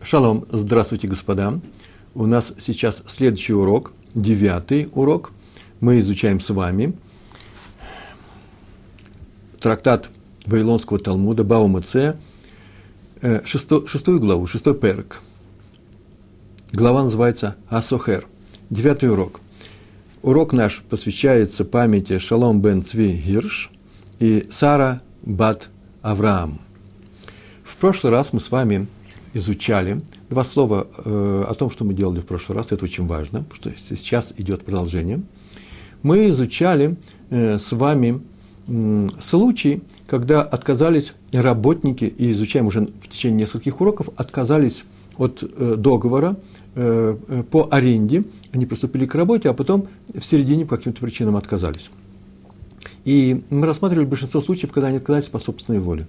Шалом, здравствуйте, господа. У нас сейчас следующий урок, 9-й урок. Мы изучаем с вами трактат Вавилонского Талмуда, Бава Меция, 6 главу, 6 перек. Глава называется Асохер, 9-й урок. Урок наш посвящается памяти Шалом бен Цви Гирш и Сара бат Авраам. В прошлый раз мы с вами изучали два слова о том, что мы делали в прошлый раз. Это очень важно, потому что сейчас идет продолжение. Мы изучали с вами случай, когда отказались работники, и изучаем уже в течение нескольких уроков, отказались от договора по аренде. Они приступили к работе, а потом в середине по каким-то причинам отказались. И мы рассматривали большинство случаев, когда они отказались по собственной воле.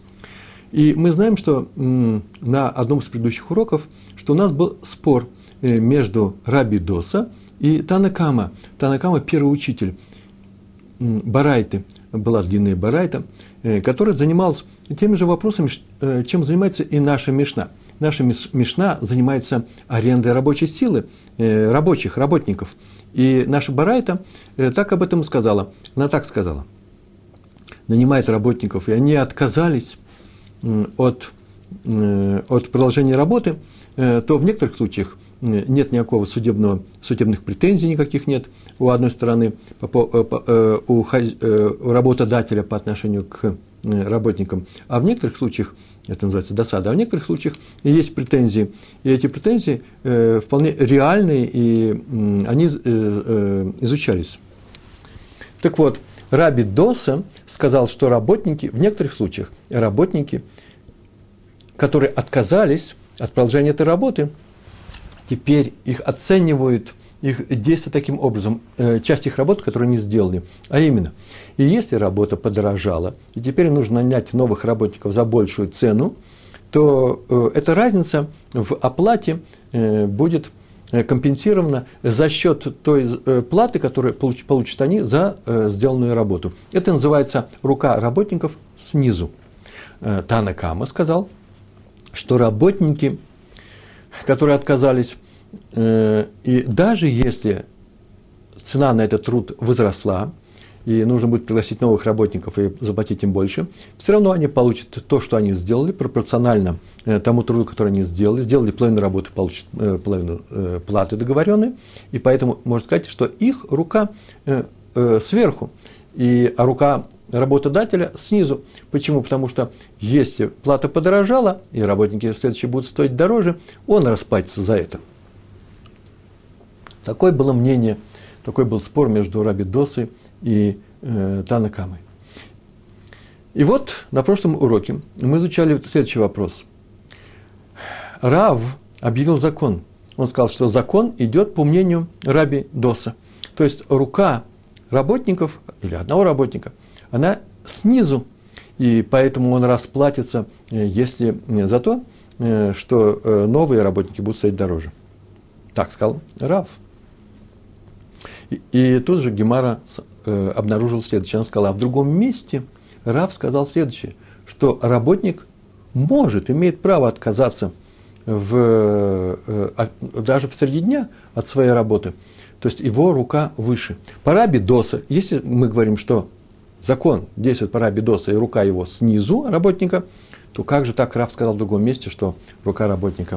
И мы знаем, что на одном из предыдущих уроков, что у нас был спор между Раби Доса и Тана Кама. Тана Кама – первый учитель Барайты, была длинная Барайта, которая занималась теми же вопросами, чем занимается и наша Мишна. Наша Мишна занимается арендой рабочей силы, работников. И наша Барайта так об этом сказала. Она так сказала. Нанимает работников, и они отказались от продолжения работы, то в некоторых случаях нет никакого судебных претензий, никаких нет у одной стороны, у работодателя по отношению к работникам, а в некоторых случаях, это называется досада, а в некоторых случаях есть претензии, и эти претензии вполне реальные, и они изучались. Так вот, Раби Доса сказал, что работники, в некоторых случаях работники, которые отказались от продолжения этой работы, теперь их оценивают, их действия таким образом, часть их работы, которую они сделали. А именно, и если работа подорожала, и теперь нужно нанять новых работников за большую цену, то эта разница в оплате будет компенсирована за счет той платы, которую получат они за сделанную работу. Это называется рука работников снизу. Тана Кама сказал, что работники, которые отказались, и даже если цена на этот труд возросла, и нужно будет пригласить новых работников и заплатить им больше, все равно они получат то, что они сделали, пропорционально тому труду, который они сделали половину работы, получат половину платы договоренной, и поэтому можно сказать, что их рука сверху, а рука работодателя снизу. Почему? Потому что если плата подорожала, и работники следующие будут стоить дороже, он расплатится за это. Такое было мнение, такой был спор между Раби Досой и Тана Камой. И вот на прошлом уроке мы изучали следующий вопрос. Рав объявил закон. Он сказал, что закон идет по мнению Раби Доса. То есть рука работников, или одного работника, она снизу, и поэтому он расплатится, если за то, что новые работники будут стоить дороже. Так сказал Рав. И тут же Гемара обнаружил следующее. Он сказал, а в другом месте Рав сказал следующее, что работник имеет право отказаться даже в среди дня от своей работы. То есть его рука выше. По Раби Доса, если мы говорим, что закон действует по Раби Доса и рука его снизу работника, то как же так Рав сказал в другом месте, что рука работника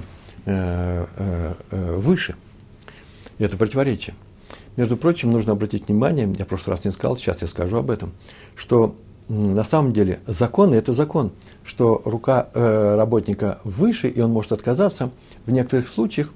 выше? И это противоречие. Между прочим, нужно обратить внимание, я в прошлый раз не сказал, сейчас я скажу об этом, что на самом деле закон – это закон, что рука работника выше, и он может отказаться в некоторых случаях.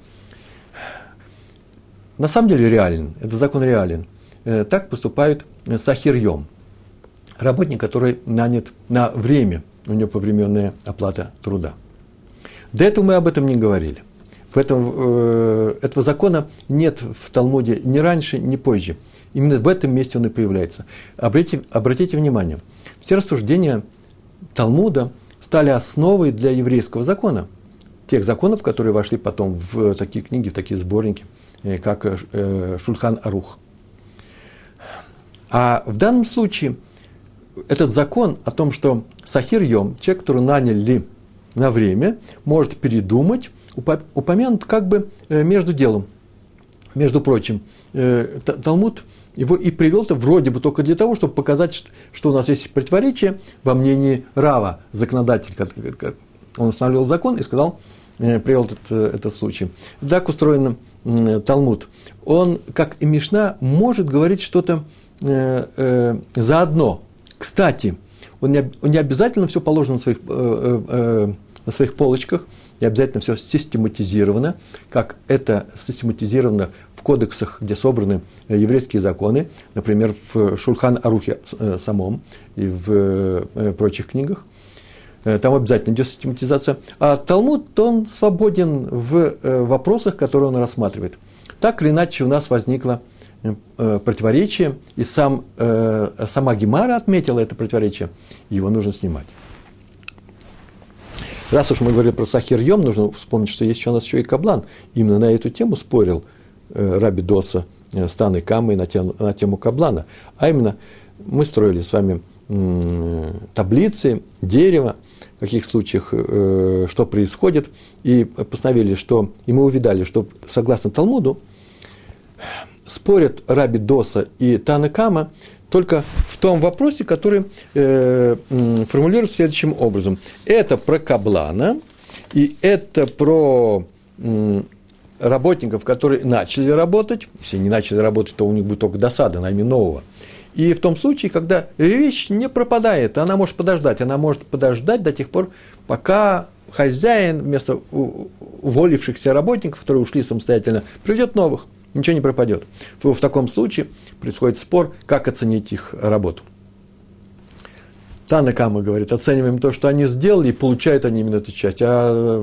На самом деле реален, это закон реален. Так поступают с ахирьем. Работник, который нанят на время, у него повременная оплата труда. До этого мы об этом не говорили. Этого закона нет в Талмуде ни раньше, ни позже. Именно в этом месте он и появляется. Обратите внимание, все рассуждения Талмуда стали основой для еврейского закона. Тех законов, которые вошли потом в такие книги, в такие сборники, как Шульхан Арух. А в данном случае этот закон о том, что сахир йом, человек, который наняли на время может передумать, упомянут как бы между делом. Между прочим, Талмуд его и привел-то вроде бы только для того, чтобы показать, что у нас есть противоречие во мнении Рава, законодатель. Он устанавливал закон и сказал, привел этот случай. Так устроен Талмуд. Он, как и Мишна, может говорить что-то заодно. Кстати, он не обязательно все положено на своих полочках, не обязательно все систематизировано, как это систематизировано в кодексах, где собраны еврейские законы, например, в Шульхан-Арухе самом и в прочих книгах. Там обязательно идет систематизация. А Талмуд, он свободен в вопросах, которые он рассматривает. Так или иначе у нас возникло противоречие, и сама Гемара отметила это противоречие, его нужно снимать. Раз уж мы говорили про Сахир Йом, нужно вспомнить, что есть у нас еще и Каблан. Именно на эту тему спорил Раби Доса с Таной Камой на тему Каблана. А именно, мы строили с вами таблицы, дерево, в каких случаях что происходит, и постановили, что, и мы увидали, что согласно Талмуду, спорят Раби Доса и Тана Кама только в том вопросе, который формулируется следующим образом. Это про Каблана, и это про работников, которые начали работать. Если не начали работать, то у них будет только досада, найми нового. И в том случае, когда вещь не пропадает, она может подождать до тех пор, пока хозяин вместо уволившихся работников, которые ушли самостоятельно, приведет новых. Ничего не пропадет. В таком случае происходит спор, как оценить их работу. Тана Кама говорит, оцениваем то, что они сделали, и получают они именно эту часть. А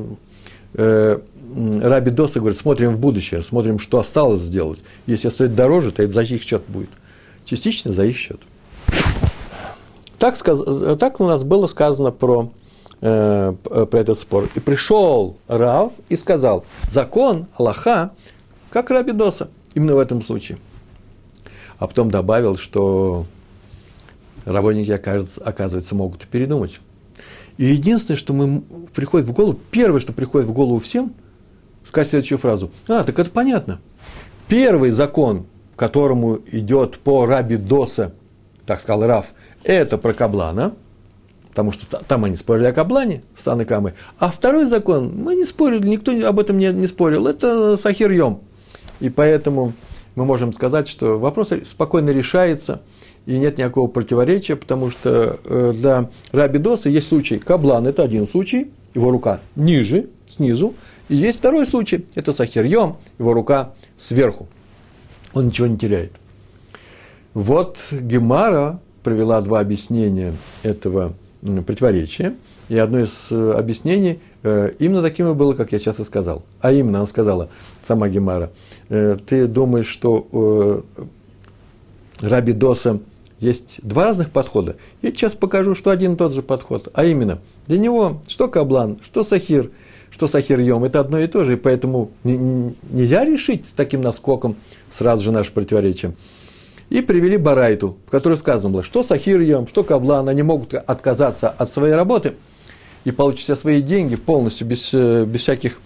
Раби Доса говорит, смотрим в будущее, смотрим, что осталось сделать. Если стоит дороже, то это за их счет будет. Частично за их счет. Так у нас было сказано про этот спор. И пришел Рав и сказал, закон, алаха, как Раби Доса, именно в этом случае. А потом добавил, что работники, оказывается, могут и передумать. И единственное, что приходит в голову, первое, что приходит в голову всем, сказать следующую фразу. Так это понятно. Первый закон, которому идет по Раби Доса, так сказал Рав, это про Каблана, потому что там они спорили о Каблане, с Таной Камой. А второй закон, мы не спорили, никто об этом не спорил, это Сахир Йом. И поэтому мы можем сказать, что вопрос спокойно решается, и нет никакого противоречия, потому что для Раби Доса есть случай Каблан, это один случай, его рука ниже, снизу, и есть второй случай, это Сахир Йом, его рука сверху. Он ничего не теряет. Вот Гемара привела два объяснения этого противоречия, и одно из объяснений именно таким и было, как я сейчас и сказал. А именно, она сказала, сама Гемара, ты думаешь, что Раби Доса есть два разных подхода? Я сейчас покажу, что один и тот же подход. А именно, для него что Каблан, что Сахир Йом, это одно и то же, и поэтому нельзя решить с таким наскоком сразу же наше противоречие. И привели Барайту, в которой сказано было, что Сахир Йом, что Каблан, они могут отказаться от своей работы и получить все свои деньги полностью, без всяких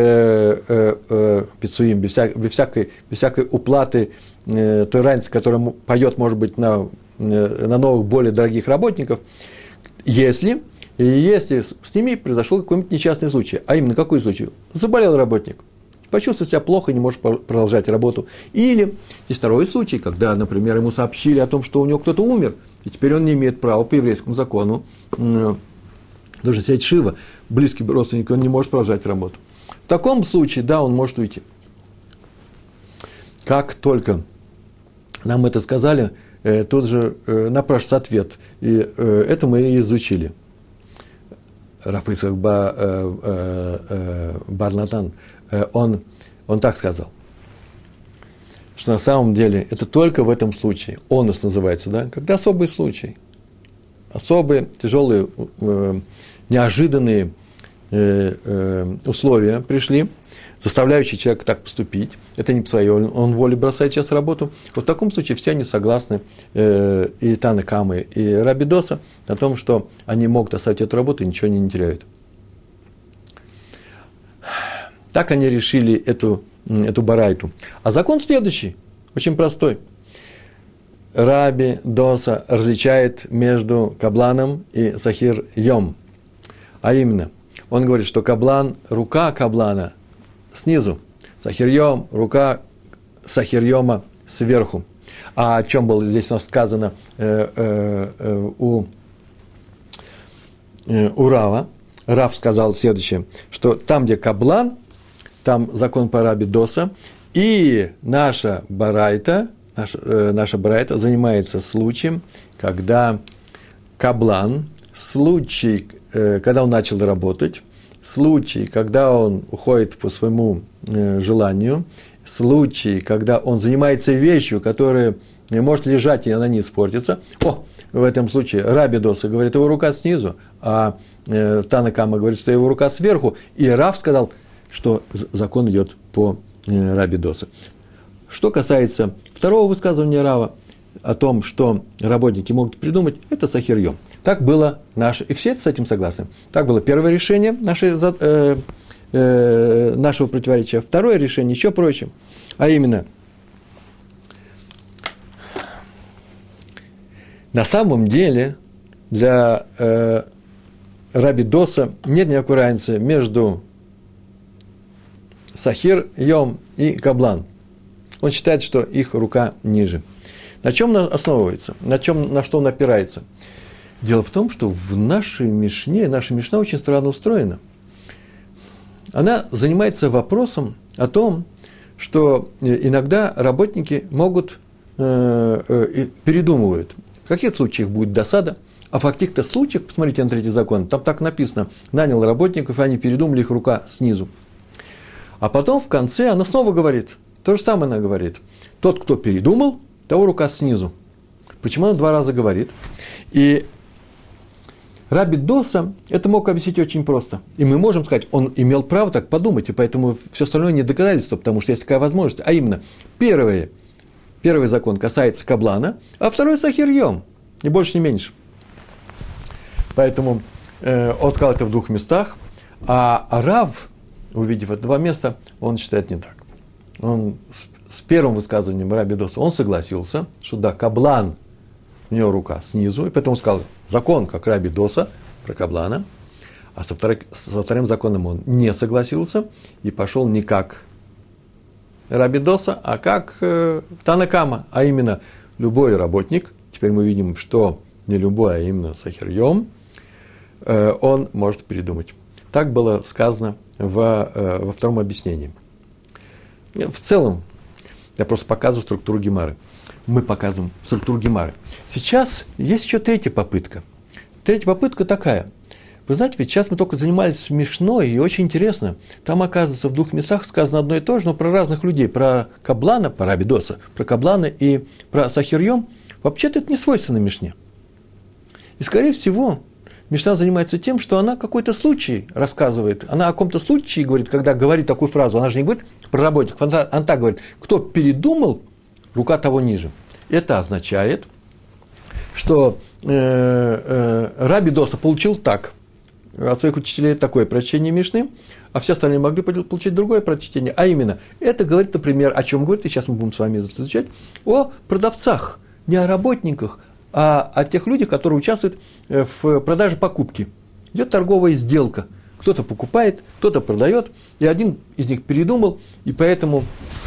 пицуим, без всякой уплаты той разницы, которая пойдет, может быть, на новых, более дорогих работников, если с ними произошел какой-нибудь несчастный случай. А именно, какой случай? Заболел работник, почувствовал себя плохо и не может продолжать работу. Или есть второй случай, когда, например, ему сообщили о том, что у него кто-то умер, и теперь он не имеет права по еврейскому закону, должен сидеть шива, близкий родственник, он не может продолжать работу. В таком случае, да, он может уйти. Как только нам это сказали, тут же напрашивается ответ. И это мы и изучили. Рав Ицхак бар Натан, он так сказал, что на самом деле это только в этом случае, онус называется, да, когда особый случай, особые, тяжелые, неожиданные условия пришли, заставляющие человека так поступить, это не по своей воле бросает сейчас работу. Вот в таком случае все они согласны, и Тана Камы, и Раби Доса, на том, что они могут оставить эту работу и ничего не теряют. Так они решили эту барайту. А закон следующий, очень простой. Раби Доса различает между кабланом и сахир-йом. А именно, он говорит, что каблан, рука каблана снизу, сахир-йом, рука сахир-йома сверху. А о чем было здесь у нас сказано у Рава? Рав сказал следующее, что там, где каблан, там закон по Раби Доса, и наша барайта занимается случаем, когда каблан, случай, когда он начал работать, случай, когда он уходит по своему желанию, случай, когда он занимается вещью, которая может лежать, и она не испортится. В этом случае Раби Доса говорит, его рука снизу, а Тана Кама говорит, что его рука сверху. И Рав сказал, что закон идет по Раби Доса. Что касается второго высказывания Рава о том, что работники могут придумать, это сахир-йом. Так было наше, и все с этим согласны. Так было первое решение нашего противоречия. Второе решение еще проще, а именно, на самом деле для Раби Доса нет никакой разницы между сахир-йом и каблан. Он считает, что их рука ниже. На чем он основывается? На что он опирается? Дело в том, что в нашей Мишне, наша Мишна очень странно устроена. Она занимается вопросом о том, что иногда работники могут, передумывают. В каких случаях будет досада, а в каких-то случаях, посмотрите на третий закон, там так написано, нанял работников, и они передумали, их рука снизу. А потом в конце она снова говорит, то же самое она говорит, тот, кто передумал, того рука снизу. Почему она два раза говорит? И Раби Доса это мог объяснить очень просто. И мы можем сказать, он имел право так подумать, и поэтому все остальное не доказательство, потому что есть такая возможность. А именно, первый закон касается каблана, а второй сахир-йом, ни больше, ни меньше. Поэтому он сказал это в двух местах, а Рав, увидев это два места, он считает не так. Он с первым высказыванием Раби Доса он согласился, что да, каблан, у него рука снизу, и поэтому сказал, закон, как Раби Доса, про каблана, а со вторым законом он не согласился и пошел не как Раби Доса, а как Тана Кама, а именно любой работник, теперь мы видим, что не любой, а именно сахир-йом, он может передумать. Так было сказано во втором объяснении. В целом, я просто показываю структуру Гемары. Мы показываем структуру Гемары. Сейчас есть еще третья попытка. Третья попытка такая. Вы знаете, ведь сейчас мы только занимались Мишной, и очень интересно. Там, оказывается, в двух местах сказано одно и то же, но про разных людей. Про каблана, про Раби Доса, про каблана и про сахир-йом. Вообще-то это не свойственно Мишне. И, скорее всего, Мишна занимается тем, что она какой-то случай рассказывает. Она о каком-то случае говорит, когда говорит такую фразу. Она же не говорит про работников. Она так говорит, кто передумал, рука того ниже. Это означает, что Раби Доса получил так. От своих учителей такое прочтение Мишны, а все остальные могли получить другое прочтение. А именно, это говорит, например, о чем говорит, и сейчас мы будем с вами изучать, о продавцах, не о работниках, а о тех людях, которые участвуют в продаже покупки. Идет торговая сделка. Кто-то покупает, кто-то продает, и один из них передумал, и поэтому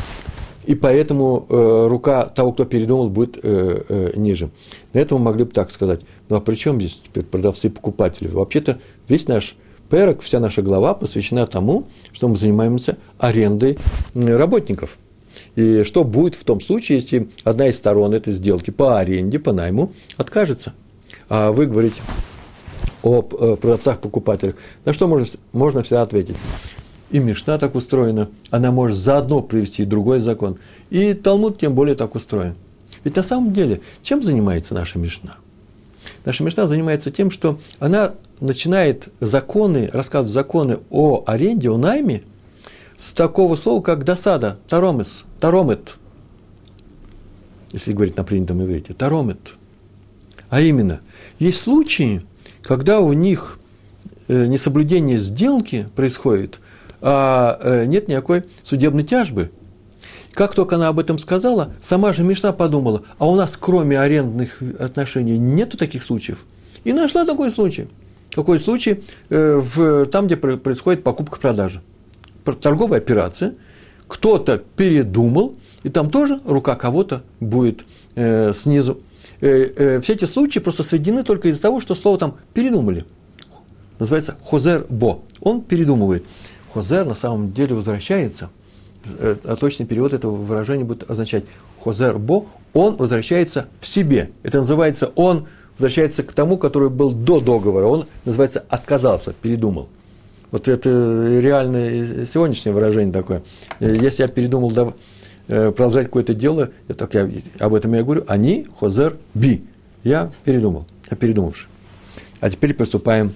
рука того, кто передумал, будет ниже. На этом мы могли бы так сказать. Ну а при чем здесь теперь продавцы и покупатели? Вообще-то весь наш перек, вся наша глава посвящена тому, что мы занимаемся арендой работников. И что будет в том случае, если одна из сторон этой сделки по аренде, по найму откажется? А вы говорите о продавцах-покупателях. На что можно всегда ответить? И Мишна так устроена, она может заодно привести другой закон. И Талмуд тем более так устроен. Ведь на самом деле, чем занимается наша Мишна? Наша Мишна занимается тем, что она начинает рассказывать законы о аренде, о найме, с такого слова, как досада, таромет, если говорить на принятом иврите, таромет. А именно, есть случаи, когда у них несоблюдение сделки происходит а нет никакой судебной тяжбы. Как только она об этом сказала, сама же Мишна подумала, а у нас кроме арендных отношений нету таких случаев. И нашла такой случай. Какой случай? Там, где происходит покупка-продажа. Торговая операция, кто-то передумал, и там тоже рука кого-то будет снизу. Все эти случаи просто сведены только из-за того, что слово там передумали. Называется хозер бо. Он передумывает. Хозер на самом деле возвращается. А точный перевод этого выражения будет означать хозер бо. Он возвращается в себе. Это называется он возвращается к тому, который был до договора. Он, называется, отказался, передумал. Вот это реальное сегодняшнее выражение такое. Если я передумал продолжать какое-то дело, я об этом я говорю, они хозер би. Я передумал, я передумавший. А теперь приступаем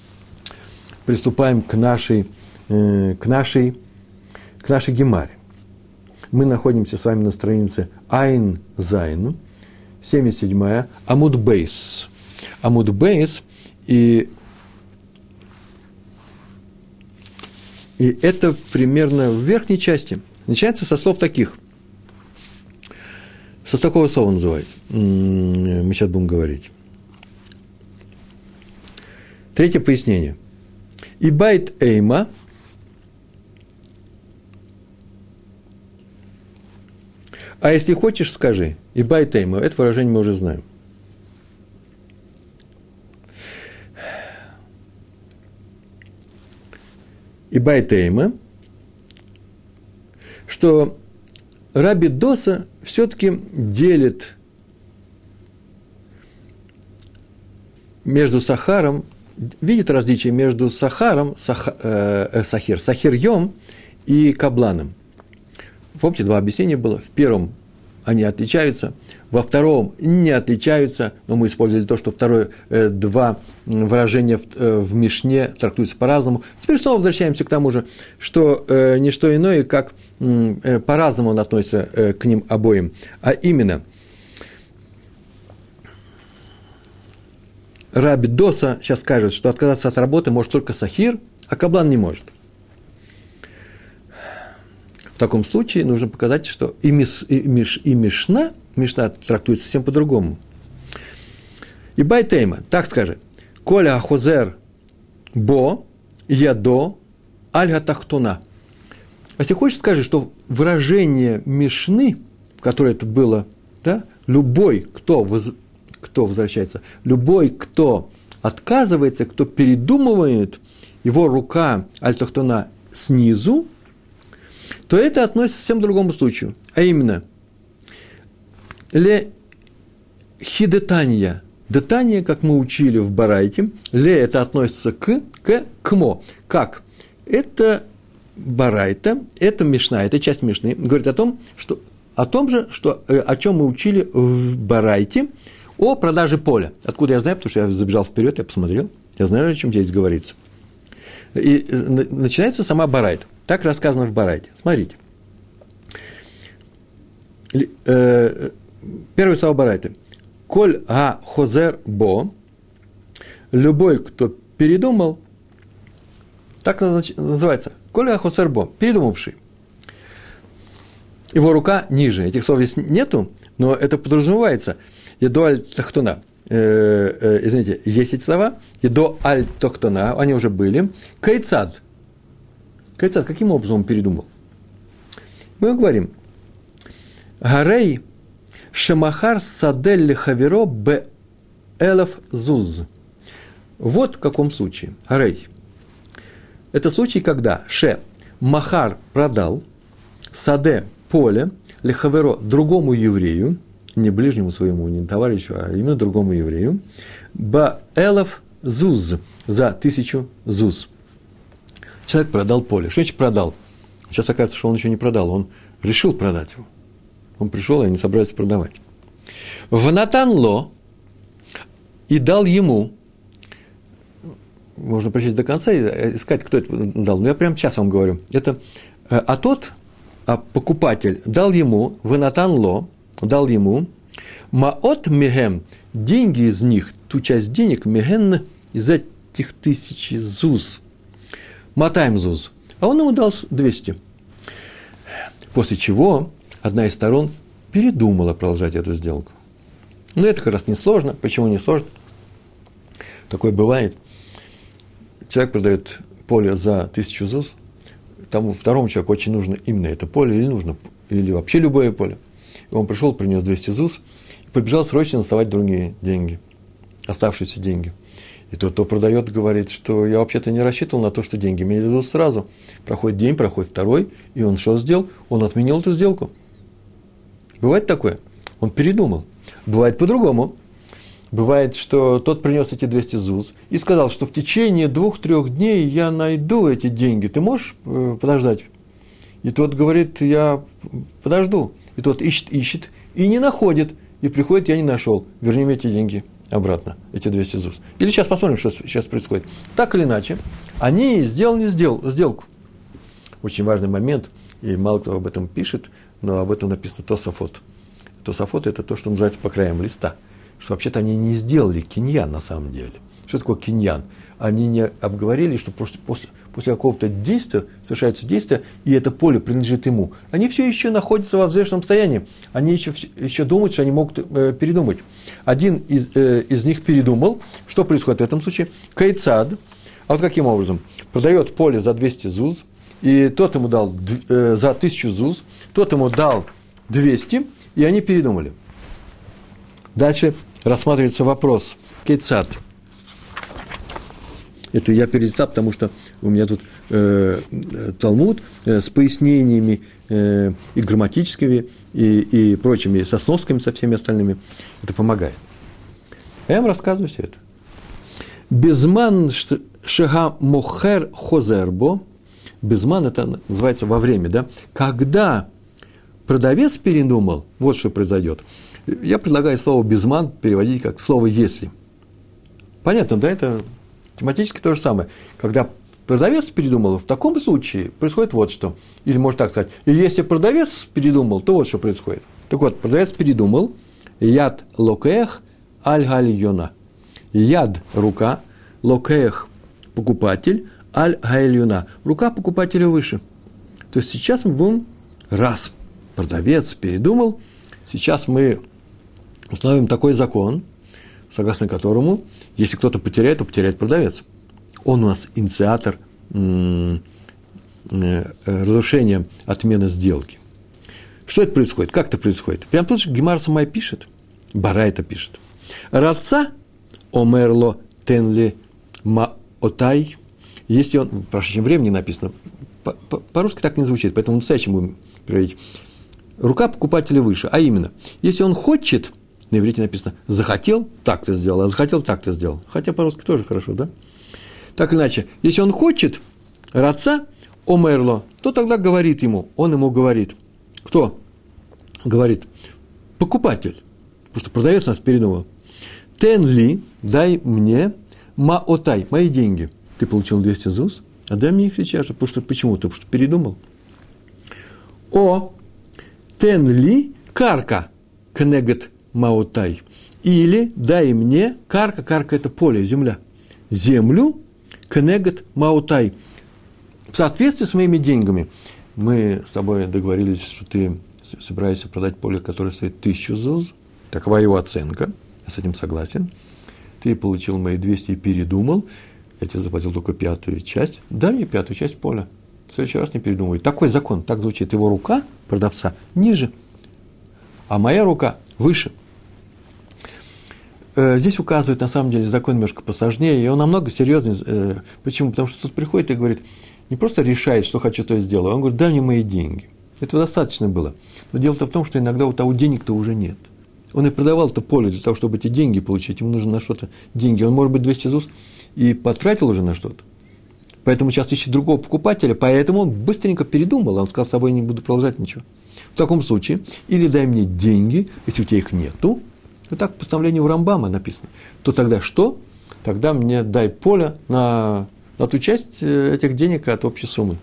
к нашей гемаре. Мы находимся с вами на странице Айн Зайн, 77-я, Амуд Бейс. Амуд Бейс, и это примерно в верхней части. Начинается со слов таких. Со такого слова называется. Мы сейчас будем говорить. Третье пояснение. Ибайт эйма. А если хочешь, скажи. Ибайт эйма. Это выражение мы уже знаем. Ибайт эйма. Что Раби Доса все-таки делит между Сахаром, видит различие между Сахаром, Сахирьем и Кабланом. Помните, два объяснения было. В первом они отличаются, во втором не отличаются, но мы использовали то, что два выражения в Мишне трактуются по-разному. Теперь снова возвращаемся к тому же, что не что иное, как по-разному он относится к ним обоим. А именно, Раби Доса сейчас скажет, что отказаться от работы может только Сахир, а Каблан не может. В таком случае нужно показать, что и Мишна трактуется совсем по-другому. И Байтейма, так скажи, Коля Хозер Бо Ядо Альга Тахтуна. Если хочешь, скажи, что выражение Мишны, в которой это было, да, любой, кто возвращается, любой, кто отказывается, кто передумывает, его рука Аль-Тахтуна снизу, то это относится к совсем другому случаю. А именно, ле хидетания. Детания, как мы учили в Барайте, ле это относится к кмо. Как? Это Барайта, это Мишна, это часть Мишны, говорит о том же, о чем мы учили в Барайте, о продаже поля. Откуда я знаю? Потому что я забежал вперед, я посмотрел, я знаю, о чем здесь говорится. И начинается сама Барайта. Так рассказано в Барайте. Смотрите. Первые слова Барайты. Коль га хозер бо. Любой, кто передумал, так называется. Коль га хозер бо. Передумавший. Его рука ниже. Этих слов здесь нету, но это подразумевается. Едо аль тахтуна. Извините, есть эти слова. Едо аль тахтуна. Они уже были. Кайцад. Кайцад, каким образом он передумал? Мы говорим. Гарей шамахар садель хаверо б элев зуз. Вот в каком случае. Гарей. Это случай, когда махар продал саде поле лехаверо другому еврею, не ближнему своему, не товарищу, а именно другому еврею, б элев зуз, за 1000 зуз. Человек продал поле. Что значит продал? Сейчас оказывается, что он еще не продал, он решил продать его. Он пришел, и они собираются продавать. Ванатан ло, и дал ему, можно прочесть до конца и искать, кто это дал, но я прямо сейчас вам говорю, это, покупатель дал ему, ванатан ло, дал ему, маот мегем, деньги из них, ту часть денег, меген из этих 1000 зуз, матаем зуз, а он ему дал 200. После чего одна из сторон передумала продолжать эту сделку. Но это как раз несложно. Почему несложно? Такое бывает. Человек продает поле за 1000 зуз, тому второму человеку очень нужно именно это поле, или вообще любое поле. И он пришел, принес 200 зуз, и побежал срочно доставать другие деньги, оставшиеся деньги. И тот, кто продает, говорит, что я вообще-то не рассчитывал на то, что деньги мне дадут сразу. Проходит день, проходит второй, и он что сделал? Он отменил эту сделку. Бывает такое? Он передумал. Бывает по-другому. Бывает, что тот принес эти 200 зуз и сказал, что в течение 2-3 дней я найду эти деньги. Ты можешь подождать? И тот говорит, я подожду. И тот ищет и не находит. И приходит, я не нашел. Верни мне эти деньги обратно, эти 200 зуз. Или сейчас посмотрим, что сейчас происходит. Так или иначе, они сделали сделку. Очень важный момент, и мало кто об этом пишет, но об этом написано Тосафот. Тосафот – это то, что называется по краям листа. Что вообще-то они не сделали киньян на самом деле. Что такое киньян? Они не обговорили, что после какого-то действия совершается действие, и это поле принадлежит ему. Они все еще находятся во взвешенном состоянии. Они еще думают, что они могут передумать. Один из них передумал. Что происходит в этом случае? Кайцад. А вот каким образом? Продает поле за 200 зуз, и тот ему дал за 1000 зуз, тот ему дал 200, и они передумали. Дальше рассматривается вопрос. Кейцад. Это я перелистал, потому что у меня тут Талмуд с пояснениями и грамматическими, и прочими, со сносками, со всеми остальными. Это помогает. Я вам рассказываю все это. Безман шега мохер хозербо. Безман – это называется во время, да? Когда продавец передумал, вот что произойдет. Я предлагаю слово «безман» переводить как слово «если». Понятно, да? Это тематически то же самое. Когда продавец передумал, в таком случае происходит вот что. Или можно так сказать. И если продавец передумал, то вот что происходит. Так вот, продавец передумал. Яд локех аль-галь-йона. Яд – рука, локех – покупатель, аль-галь-йона. Рука покупателя выше. То есть сейчас мы будем, раз продавец передумал, сейчас мы установим такой закон, согласно которому, если кто-то потеряет, то потеряет продавец. Он у нас инициатор разрушения, отмены сделки. Что это происходит? Как это происходит? Прямо тут же Гемара сама пишет, Бара это пишет. Раца омерло тенли маотай. Если он, в прошедшем времени написано, по-русски так не звучит, поэтому настоящим будем переводить. Рука покупателя выше, а именно, если он хочет, на иврите написано, захотел, так ты сделал, а захотел, так ты сделал. Хотя по-русски тоже хорошо, да? Так или иначе, если он хочет, раца омерло, то тогда говорит ему, он ему говорит. Кто говорит? Покупатель. Потому что продавец нас передумал. Тен ли, дай мне маотай, мои деньги. Ты получил 200 зуз, а дай мне их сейчас же. Почему? Потому что передумал. Тен ли карка кнегет маотай. Или дай мне карка, карка – это поле, земля. Землю кнегет маотай. В соответствии с моими деньгами. Мы с тобой договорились, что ты собираешься продать поле, которое стоит 1000 зуз. Такова его оценка. Я с этим согласен. Ты получил мои 200 и передумал. Я тебе заплатил только 5-ю часть. Дай мне 5-ю часть поля. В следующий раз не передумывай. Такой закон, так звучит. Его рука, продавца, ниже, а моя рука выше. Здесь указывает, на самом деле, закон немножко посложнее, и он намного серьезнее. Почему? Потому что тут приходит и говорит, не просто решает, что хочу, то и сделаю. Он говорит, дай мне мои деньги. Этого достаточно было. Но дело-то в том, что иногда у того денег-то уже нет. Он и продавал это поле для того, чтобы эти деньги получить. Ему нужно на что-то деньги. Он, может быть, 200 зуз и потратил уже на что-то. Поэтому сейчас ищет другого покупателя, поэтому он быстренько передумал. Он сказал, с собой не буду продолжать ничего. В таком случае, или дай мне деньги, если у тебя их нету, вот так в постановлении у Рамбама написано, то тогда что? Тогда мне дай поле на ту часть этих денег от общей суммы.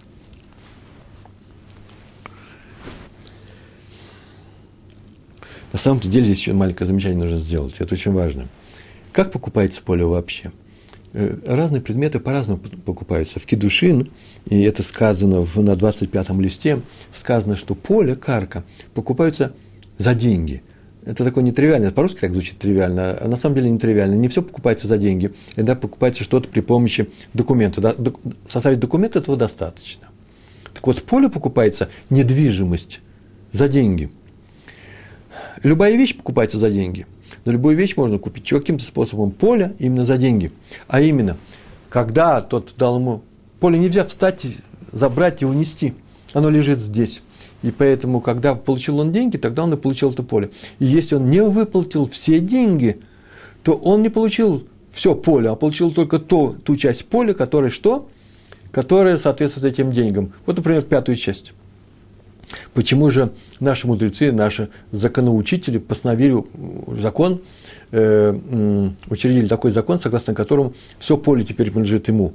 На самом деле здесь еще маленькое замечание нужно сделать, это очень важно. Как покупается поле вообще? разные предметы по-разному покупаются. В Кидушин, и это сказано на 25-м листе, сказано, что поле, карка, покупаются за деньги. Это такое нетривиально, по-русски так звучит тривиально, а на самом деле нетривиально. Не все покупается за деньги, иногда покупается что-то при помощи документа. Составить документ этого достаточно. Так вот, поле покупается, недвижимость, за деньги. Любая вещь покупается за деньги. Но любую вещь можно купить каким-то способом поле именно за деньги. А именно, когда тот дал ему поле, нельзя встать, забрать и унести. Оно лежит здесь. И поэтому, когда получил он деньги, тогда он и получил это поле. И если он не выплатил все деньги, то он не получил все поле, а получил только ту часть поля, которая что? Которая соответствует этим деньгам. Вот, например, 5-ю часть. Почему же наши мудрецы, наши законоучители постановили закон, учредили такой закон, согласно которому все поле теперь принадлежит ему?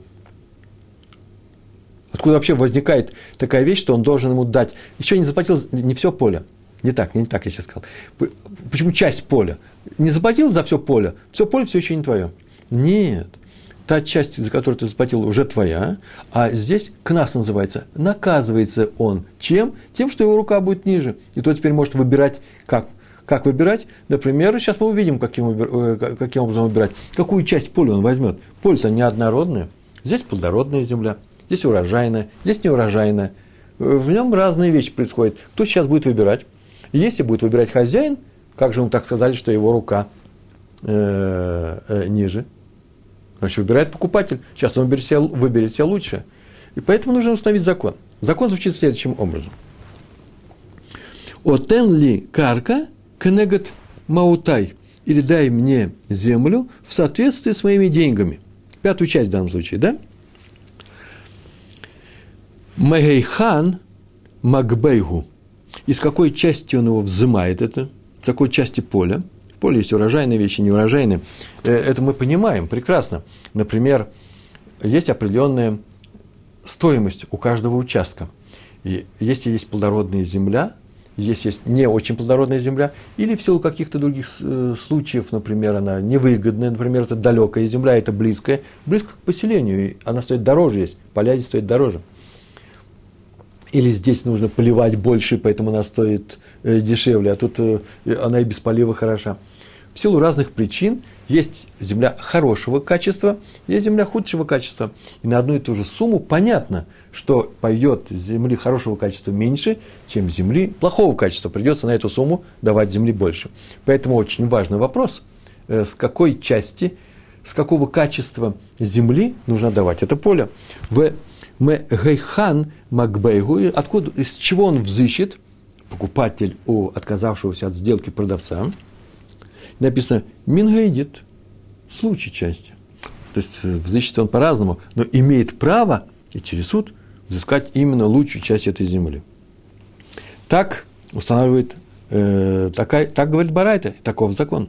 Откуда вообще возникает такая вещь, что он должен ему дать? Еще не заплатил не все поле. Не так я сейчас сказал. Почему часть поля? Не заплатил за все поле все еще не твое. Нет. Та часть, за которую ты заплатил, уже твоя, а здесь кнас называется. Наказывается он. Чем? Тем, что его рука будет ниже. И тот теперь может выбирать, как выбирать. Например, сейчас мы увидим, каким образом выбирать. Какую часть поля он возьмет. Поле-то неоднородное. Здесь плодородная земля, здесь урожайная, здесь неурожайная. В нем разные вещи происходят. Кто сейчас будет выбирать? Если будет выбирать хозяин, как же ему так сказали, что его рука ниже? Значит, выбирает покупатель. Сейчас он выберет себе лучшее. И поэтому нужно установить закон. Закон звучит следующим образом. «Отен ли карка кенегет маутай» или «дай мне землю в соответствии с моими деньгами». 5-ю часть в данном случае, да? «Мегейхан магбейгу». Из какой части он его взымает это? С какой части поля? В поле есть урожайные вещи, неурожайные. Это мы понимаем прекрасно. Например, есть определенная стоимость у каждого участка. И если есть плодородная земля, если есть не очень плодородная земля, или в силу каких-то других случаев, например, она невыгодная, например, это далекая земля, это близкая, близко к поселению, и она стоит дороже есть, поля здесь стоят дороже. Или здесь нужно поливать больше, поэтому она стоит дешевле, а тут она и без полива хороша. В силу разных причин есть земля хорошего качества, есть земля худшего качества. И на одну и ту же сумму понятно, что пойдет земли хорошего качества меньше, чем земли плохого качества. Придется на эту сумму давать земли больше. Поэтому очень важный вопрос, с какой части, с какого качества земли нужно давать это поле. Мегейхан магбейгу, откуда, из чего он взыщет, покупатель у отказавшегося от сделки продавца, написано «мингаидит», случай части. То есть взыщет он по-разному, но имеет право и через суд взыскать именно лучшую часть этой земли. Так устанавливает, так говорит Барайта, таков закон.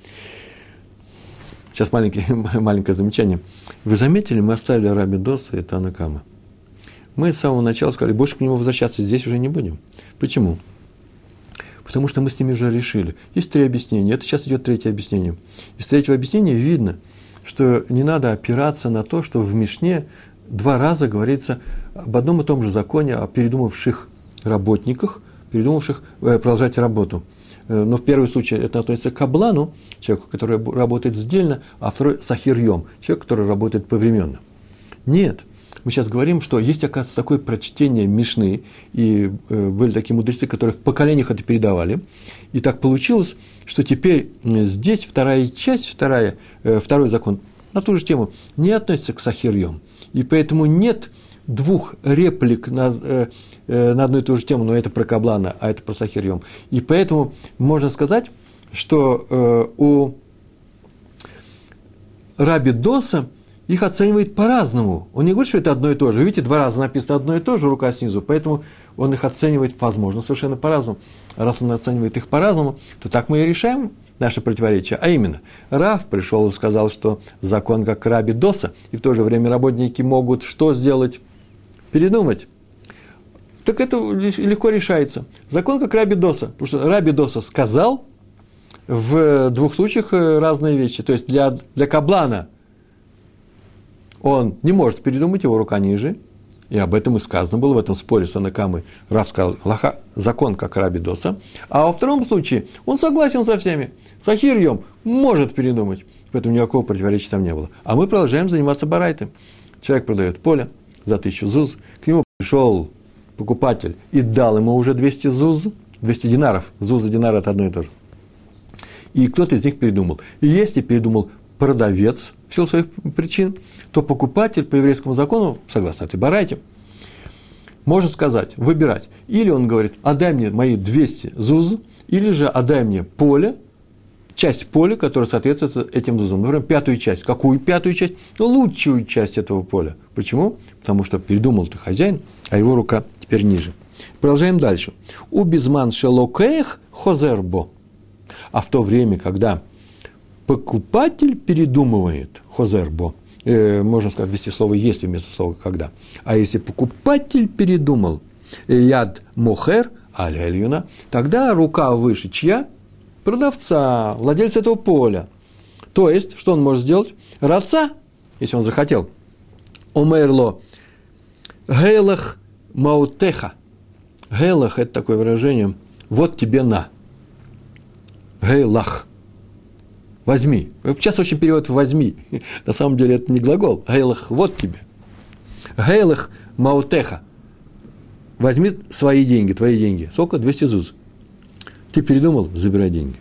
Сейчас маленькое замечание. Вы заметили, мы оставили Раби Доса и Тана Кама. Мы с самого начала сказали, больше к нему возвращаться здесь уже не будем. Почему? Потому что мы с ними уже решили. Есть 3 объяснения. Это сейчас идет 3-е объяснение. Из 3-го объяснения видно, что не надо опираться на то, что в Мишне 2 раза говорится об одном и том же законе, о передумавших работниках, передумавших продолжать работу. Но в первом случае это относится к каблану, человеку, который работает сдельно, а второй – сахирьем, человек, который работает повременно. Нет. Мы сейчас говорим, что есть, оказывается, такое прочтение Мишны, и были такие мудрецы, которые в поколениях это передавали. И так получилось, что теперь здесь вторая часть, второй закон на ту же тему не относится к сахирьем. И поэтому нет 2 реплик на одну и ту же тему, но это про каблана, а это про сахирьем. И поэтому можно сказать, что у Раби Доса их оценивает по-разному. Он не говорит, что это одно и то же. Вы видите, 2 раза написано одно и то же, рука снизу, поэтому он их оценивает, возможно, совершенно по-разному. Раз он оценивает их по-разному, то так мы и решаем наше противоречие. А именно, Рав пришел и сказал, что закон как Раби Доса, и в то же время работники могут что сделать? Передумать. Так это легко решается. Закон как Раби Доса, потому что Раби Доса сказал в 2 случаях разные вещи. То есть для каблана он не может передумать, его рука ниже. И об этом и сказано было в этом споре с Анакамой. Рав сказал, лаха, закон, как Раби Доса. А во втором случае он согласен со всеми. Сахир Йом может передумать. Поэтому никакого противоречия там не было. А мы продолжаем заниматься барайтой. Человек продает поле за 1000 зуз. К нему пришел покупатель и дал ему уже 200 зуз, 200 динаров. Зуз и динар – это одно и то же. И кто-то из них передумал. И если передумал продавец в силу своих причин, то покупатель по еврейскому закону, согласно этой барайте, может сказать, выбирать. Или он говорит, отдай мне мои 200 зуз, или же отдай мне поле, часть поля, которая соответствует этим зузам. Например, 5-ю часть. Какую 5-ю часть? Лучшую часть этого поля. Почему? Потому что передумал-то хозяин, а его рука теперь ниже. Продолжаем дальше. У безман шелокех хозербо. А в то время, когда покупатель передумывает, хозербо, можно сказать, ввести слово «если» вместо слова «когда». А если покупатель передумал, яд мохер, аль-эльюна, тогда рука выше чья? Продавца, владельца этого поля. То есть, что он может сделать? Раца, если он захотел. Омерло, гейлах маутеха. Гейлах – это такое выражение, вот тебе на. Гейлах. Возьми. Часто очень переводят «возьми». На самом деле это не глагол. Гейлах – вот тебе. Гейлах маутеха. Возьми свои деньги, твои деньги. Сколько? 200 зуз. Ты передумал? Забирай деньги.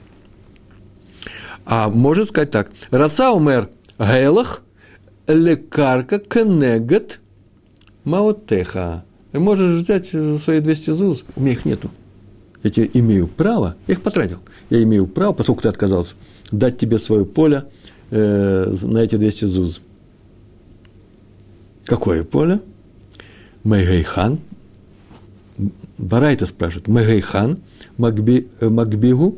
А может сказать так. Раца умер гейлах лекарка кенегат маутеха. Ты можешь взять свои 200 зуз. У меня их нету. Я тебе имею право. Я их потратил. Я имею право, поскольку ты отказался, дать тебе свое поле на эти 200 зуз. Какое поле? Мегейхан. Барайта спрашивает. Мегейхан. Макбейгу.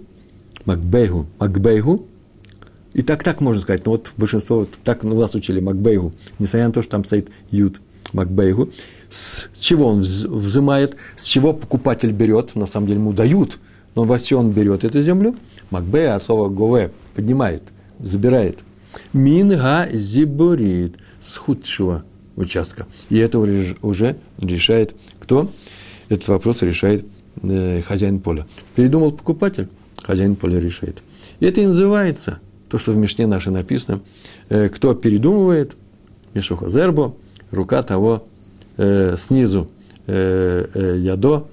И так можно сказать. Но вот большинство так у вас учили Макбейгу. Несмотря на то, что там стоит Юд. Макбейгу. С чего он взимает? С чего покупатель берет? На самом деле ему дают. Но во все он берет эту землю. Макбей, а слово гове поднимает, забирает. Минга зибурит. С худшего участка. И это уже решает кто? Этот вопрос решает хозяин поля. Передумал покупатель, хозяин поля решает. И это и называется, то, что в Мишне нашей написано, кто передумывает, Мишуха Зербо, рука того снизу ядо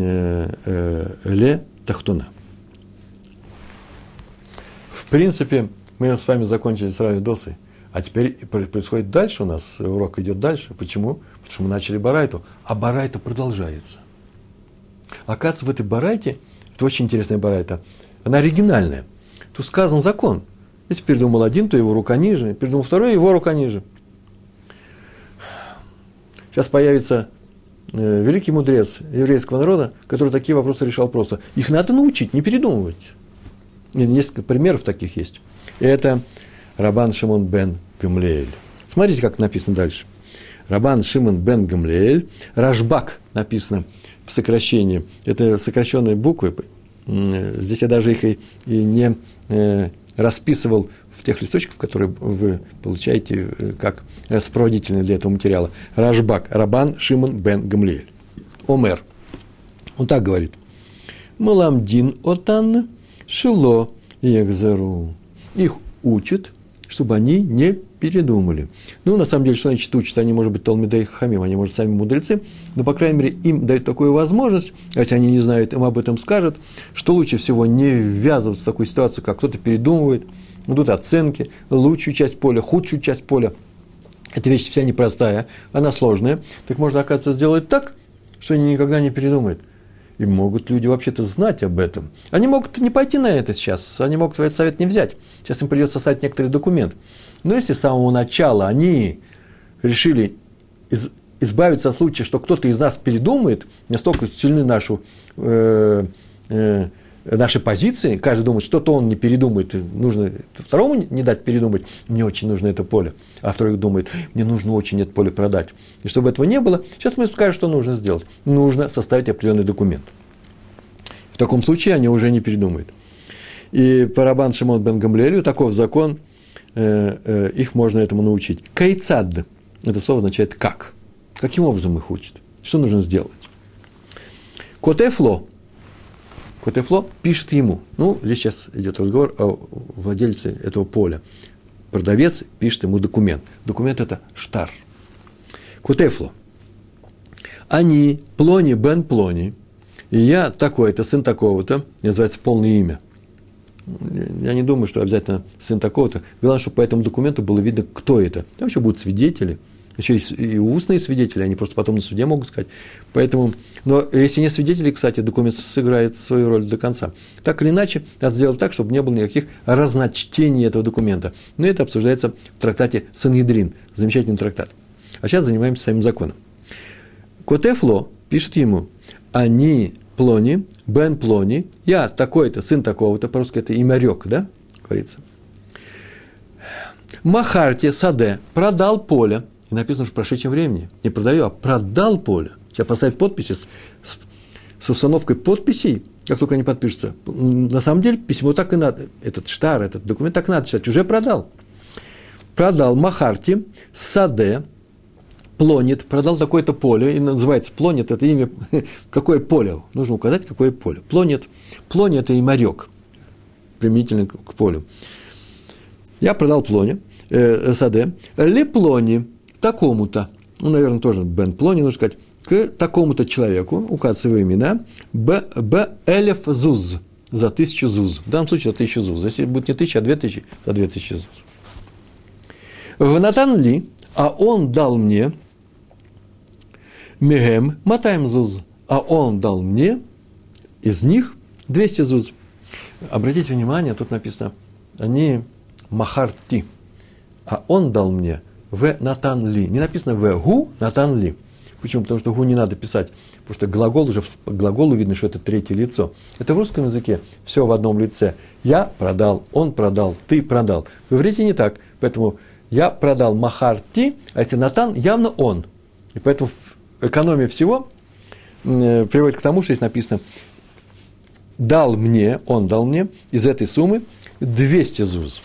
ле тахтуна. В принципе, мы с вами закончили с Рави Досой, а теперь происходит дальше у нас, урок идет дальше. Почему? Потому что мы начали барайту, а барайта продолжается. Оказывается, в этой барайте, это очень интересная барайта, она оригинальная. Тут сказан закон. Если передумал один, то его рука ниже, передумал второй, его рука ниже. Сейчас появится великий мудрец еврейского народа, который такие вопросы решал просто. Их надо научить, не передумывать. И несколько примеров таких есть. И это Рабан Шимон бен Гамлиэль. Смотрите, как написано дальше. Рабан Шимон бен Гамлиэль. Рашбак написано в сокращении. Это сокращенные буквы. Здесь я даже их и не расписывал в тех листочках, которые вы получаете как сопроводительные для этого материала. Рашбак, Рабан Шимон бен Гамлиэль. Омер. Он так говорит. Маламдин отан шило ехзару. Их учат, чтобы они не передумали. Ну, на самом деле, что значит учат? Они, может быть, Талмидей Хамим, они, может, сами мудрецы, но, по крайней мере, им дают такую возможность, а если они не знают, им об этом скажут, что лучше всего не ввязываться в такую ситуацию, как кто-то передумывает, идут оценки, лучшую часть поля, худшую часть поля. Эта вещь вся непростая, она сложная. Так можно, оказывается, сделать так, что они никогда не передумают. И могут люди вообще-то знать об этом. Они могут не пойти на это сейчас, они могут этот совет не взять. Сейчас им придется составить некоторый документ. Но если с самого начала они решили избавиться от случая, что кто-то из нас передумает, настолько сильны наши позиции, каждый думает, что-то он не передумает, нужно второму не дать передумать, мне очень нужно это поле, а второй думает, мне нужно очень это поле продать. И чтобы этого не было, сейчас мы скажем, что нужно сделать. Нужно составить определенный документ. В таком случае они уже не передумают. И по Рабан Шимон бен Гамлиэлю таков закон, их можно этому научить. Кайцад. Это слово означает «как». Каким образом их учат? Что нужно сделать? Котефло. Котефло пишет ему. Здесь сейчас идет разговор о владельце этого поля. Продавец пишет ему документ. Документ – это штар. Котефло. Они, Плони бен Плони, и я такой-то, сын такого-то, называется полное имя. Я не думаю, что обязательно сын такого-то. Главное, чтобы по этому документу было видно, кто это. Там еще будут свидетели. Еще есть и устные свидетели, они просто потом на суде могут сказать. Поэтому, но если нет свидетелей, кстати, документ сыграет свою роль до конца. Так или иначе, надо сделать так, чтобы не было никаких разночтений этого документа. Но это обсуждается в трактате Сангедрин, замечательный трактат. А сейчас занимаемся самим законом. Котефло пишет ему: «Они Плони, бен Плони, я такой-то, сын такого-то», по-русски это имярек, да, говорится. «Махарти саде, продал поле». И написано, что в прошедшем времени. Не продаю, а продал поле. Сейчас поставить подписи с установкой подписей, как только они подпишутся. На самом деле, письмо так и надо. Этот штар, этот документ так и надо читать. Уже продал. Продал Махарти, Саде, Плонит. Продал такое-то поле. И называется Плонит. Это имя. Какое поле? Нужно указать, какое поле. Плонит. Плони – это имярек. Применительно к полю. Я продал Плони, Саде. Леплони. Такому-то, наверное, тоже Бен Плони, нужно сказать, к такому-то человеку, указывать его имена, Б. Элеф Зуз, за 1000 зуз. В данном случае за 1000 зуз. Если будет не 1000, а 2000, за 2000 зуз. Внатан ли, а он дал мне, Мегем Матаем зуз, а он дал мне из них 200 зуз. Обратите внимание, тут написано, они Махарти, а он дал мне в натан ли. Не написано в гу натан ли. Почему? Потому что гу не надо писать. Потому что глагол уже по глаголу видно, что это третье лицо. Это в русском языке все в одном лице. Я продал, он продал, ты продал. В иврите не так. Поэтому я продал махарти, а эти натан явно он. И поэтому экономия всего приводит к тому, что здесь написано дал мне, он дал мне из этой суммы 200 зуз.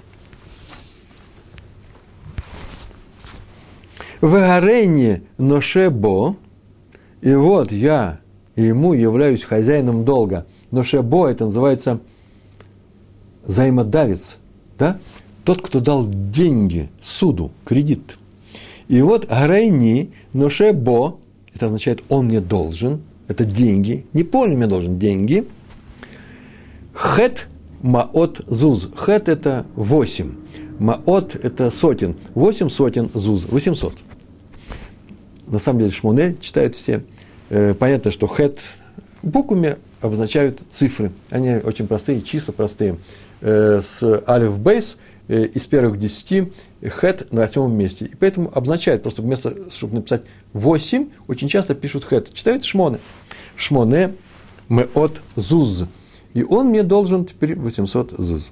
В арене ношебо, и вот я ему являюсь хозяином долга. Ношебо, это называется взаимодавец, да? Тот, кто дал деньги суду, кредит. И вот арейни ношебо, это означает, он мне должен, это деньги, не поле мне должен, деньги. Хет маот зуз, хет это 8. Маот – это сотен. 8 сотен зуз. 800. На самом деле шмоне читают все. Понятно, что хет буквами обозначают цифры. Они очень простые, числа простые. С алиф бейс из первых 10 хет на 8 месте. И поэтому обозначают, просто вместо, чтобы написать 8, очень часто пишут хет. Читают шмоне. Шмоне меот зуз. И он мне должен теперь 800 зуз.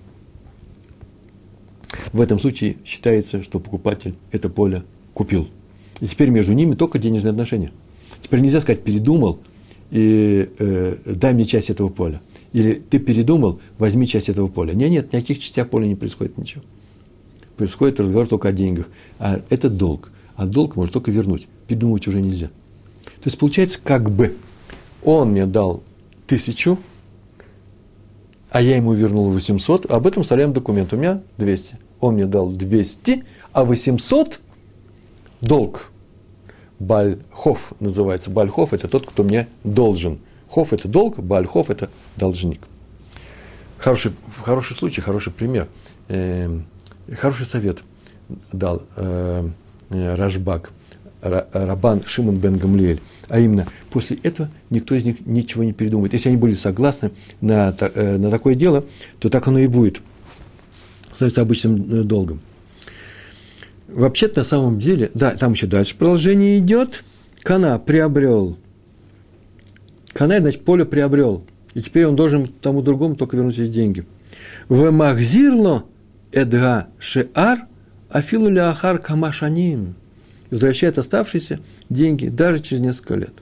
В этом случае считается, что покупатель это поле купил. И теперь между ними только денежные отношения. Теперь нельзя сказать, передумал, и дай мне часть этого поля. Или ты передумал, возьми часть этого поля. Нет, ни о каких частях поля не происходит ничего. Происходит разговор только о деньгах. А это долг. А долг можно только вернуть. Передумывать уже нельзя. То есть получается, как бы он мне дал 1000, а я ему вернул 800, об этом составляем документ. У меня 200. Он мне дал 200, а 800 – долг. Бальхов называется. Бальхов – это тот, кто мне должен. Хов – это долг, бальхов – это должник. Хороший случай, хороший пример. Хороший совет дал Рашбаг, Рабан Шимон бен Гамлиэль. А именно, после этого никто из них ничего не передумает. Если они были согласны на такое дело, то так оно и будет. Становится обычным долгом. Вообще-то, на самом деле, да, там еще дальше продолжение идет. Кана приобрел. Кана, значит, поле приобрел. И теперь он должен тому другому только вернуть эти деньги. В махзирло эдга шеар афилу ляхар камашанин. Возвращает оставшиеся деньги даже через несколько лет.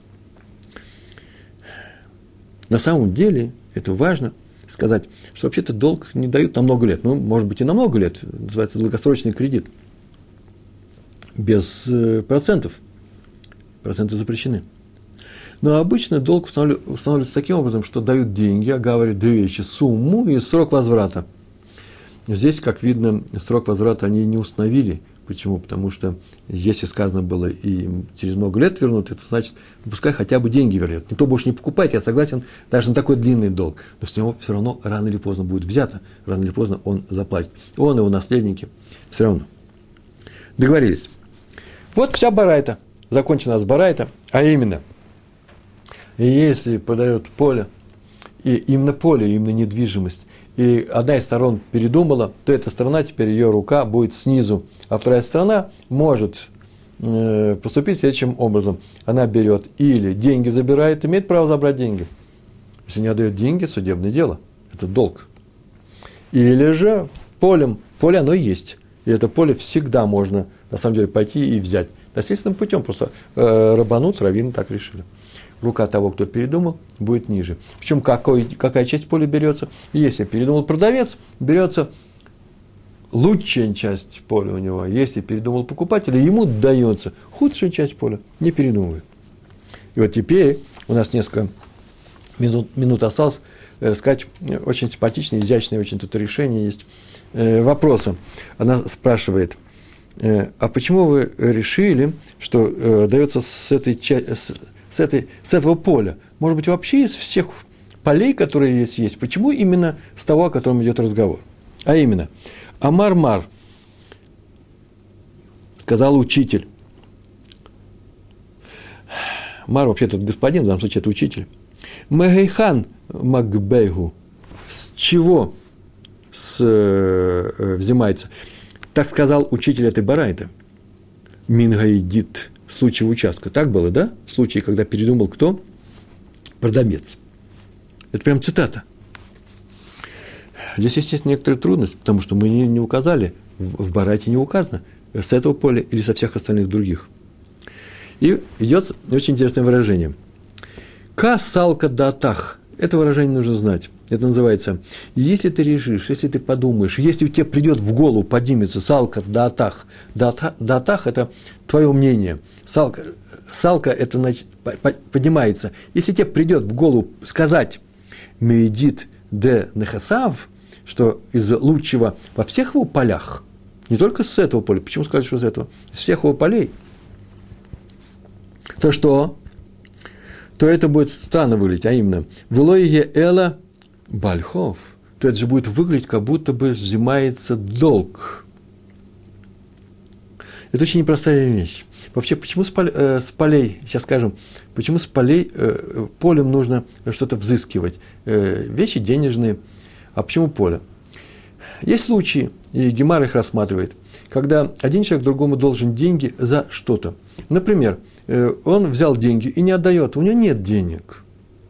На самом деле, это важно сказать, что вообще-то долг не дают на много лет. Ну, может быть, и на много лет. Называется долгосрочный кредит. без процентов. Проценты запрещены. Но обычно долг устанавливается таким образом, что дают деньги, оговаривают две вещи: сумму и срок возврата. Здесь, как видно, срок возврата они не установили. Почему? Потому что если сказано было и через много лет вернут, это значит, пускай хотя бы деньги вернет. Никто больше не покупает, я согласен, даже на такой длинный долг. Но с него все равно рано или поздно будет взято, рано или поздно он заплатит. Он, его наследники, все равно. Договорились. Вот вся барайта. Закончена с барайта, а именно, если подает поле, и именно поле, именно недвижимость, и одна из сторон передумала, то эта сторона, теперь ее рука будет снизу, а вторая сторона может поступить следующим образом. Она берет или деньги забирает, имеет право забрать деньги. Если не отдает деньги, судебное дело, это долг. Или же поле оно есть, и это поле всегда можно, на самом деле, пойти и взять. Естественным путем, просто рабанут, раввины так решили. Рука того, кто передумал, будет ниже. Причем какая часть поля берется? Если передумал продавец, берется лучшая часть поля у него. Если передумал покупатель, ему дается худшая часть поля, не передумывает. И вот теперь у нас несколько минут осталось сказать очень симпатичное, изящное очень тут решение есть вопроса. Она спрашивает: а почему вы решили, что дается с этого поля? Может быть, вообще из всех полей, которые есть, почему именно с того, о котором идет разговор? А именно, Амар, сказал учитель. Мар, вообще-то, это господин, в данном случае, это учитель. Мегейхан Макбейгу. С чего взимается? Так сказал учитель этой барайты. Мингаидит. В случае участка. Так было, да? В случае, когда передумал кто? Продавец. Это прям цитата. Здесь, естественно, некоторые трудности, потому что мы не указали, в барайте не указано, с этого поля или со всех остальных других. И идет очень интересное выражение. Ка-салка датах. Это выражение нужно знать. Это называется: если ты решишь, если ты подумаешь, если тебе придет в голову, поднимется салка датах. Датах – это твое мнение. Салка это значит, поднимается. Если тебе придет в голову сказать «меидит де нехасав», что из лучшего во всех его полях, не только с этого поля, почему сказать, что из этого? Из всех его полей, то что? То это будет странно выглядеть, а именно «Влоиге эла бальхов», то это же будет выглядеть, как будто бы взимается долг. Это очень непростая вещь. Вообще, почему с полей, сейчас скажем, почему с полей полем нужно что-то взыскивать? Вещи денежные. А почему поле? Есть случаи, и Гемара их рассматривает, когда один человек другому должен деньги за что-то. Например, он взял деньги и не отдает, у него нет денег.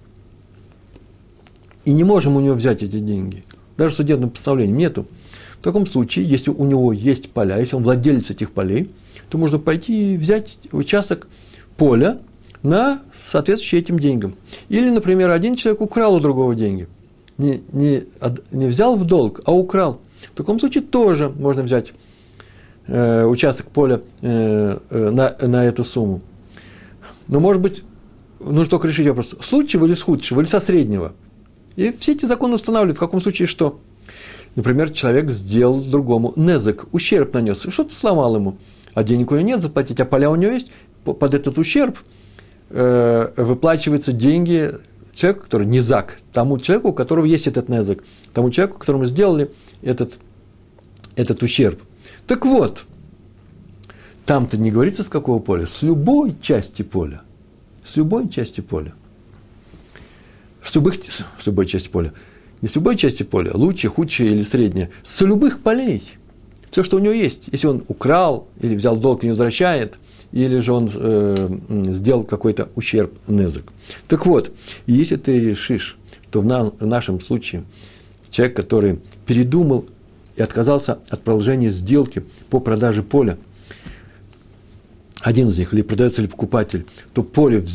И не можем у него взять эти деньги. Даже судебным постановлением нету. В таком случае, если у него есть поля, если он владелец этих полей, то можно пойти и взять участок поля на соответствующий этим деньгам. Или, например, один человек украл у другого деньги. Не взял в долг, а украл. В таком случае тоже можно взять участок поля на эту сумму. Но, может быть, нужно только решить вопрос, с лучшего или с худшего, или со среднего. И все эти законы устанавливают, в каком случае что. Например, человек сделал другому незек, ущерб нанес, что-то сломал ему, а денег у него нет заплатить, а поля у него есть. Под этот ущерб выплачиваются деньги человеку, который низак, тому человеку, у которого есть этот незек, тому человеку, которому сделали этот ущерб. Так вот, там-то не говорится, с какого поля, с любой части поля. С любой части поля. С любой части поля. Не с любой части поля, лучше, худшее или среднее. С любых полей. Все, что у него есть. Если он украл, или взял долг и не возвращает, или же он сделал какой-то ущерб незек. Так вот, если ты решишь, то в нашем случае человек, который передумал и отказался от продолжения сделки по продаже поля, один из них, или продавец, или покупатель, то поле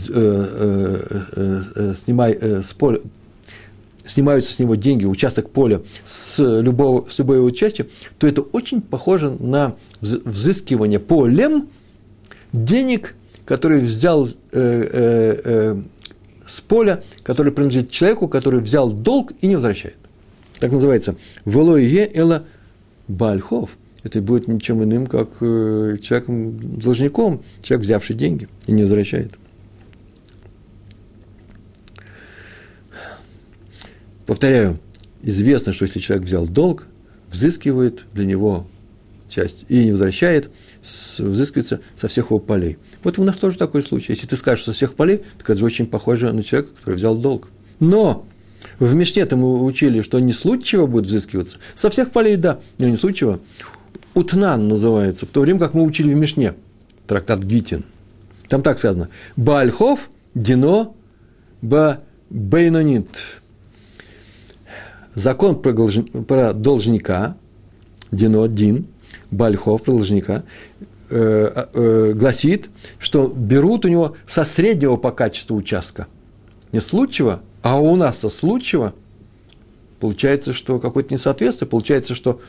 снимаются с него деньги, участок поля с любой его части, то это очень похоже на взыскивание полем денег, который взял с поля, который принадлежит человеку, который взял долг и не возвращает. Так называется «Велое эла бальхов». Это будет ничем иным, как человеком-должником, человек, взявший деньги и не возвращает. Повторяю, известно, что если человек взял долг, взыскивает для него часть и не возвращает, взыскивается со всех его полей. Вот у нас тоже такой случай. Если ты скажешь со всех полей, так это же очень похоже на человека, который взял долг. Но в Мишне-то мы учили, что не случаево будет взыскиваться. Со всех полей, да, но не случаево. Утнан называется, в то время как мы учили в Мишне, трактат Гитин. Там так сказано. Баальхов дино ба бейнонит. Закон про должника, дино, дин, баальхов, про должника, гласит, что берут у него со среднего по качеству участка. Не случаево, а у нас-то случаево. Получается, что какое-то несоответствие. Получается, что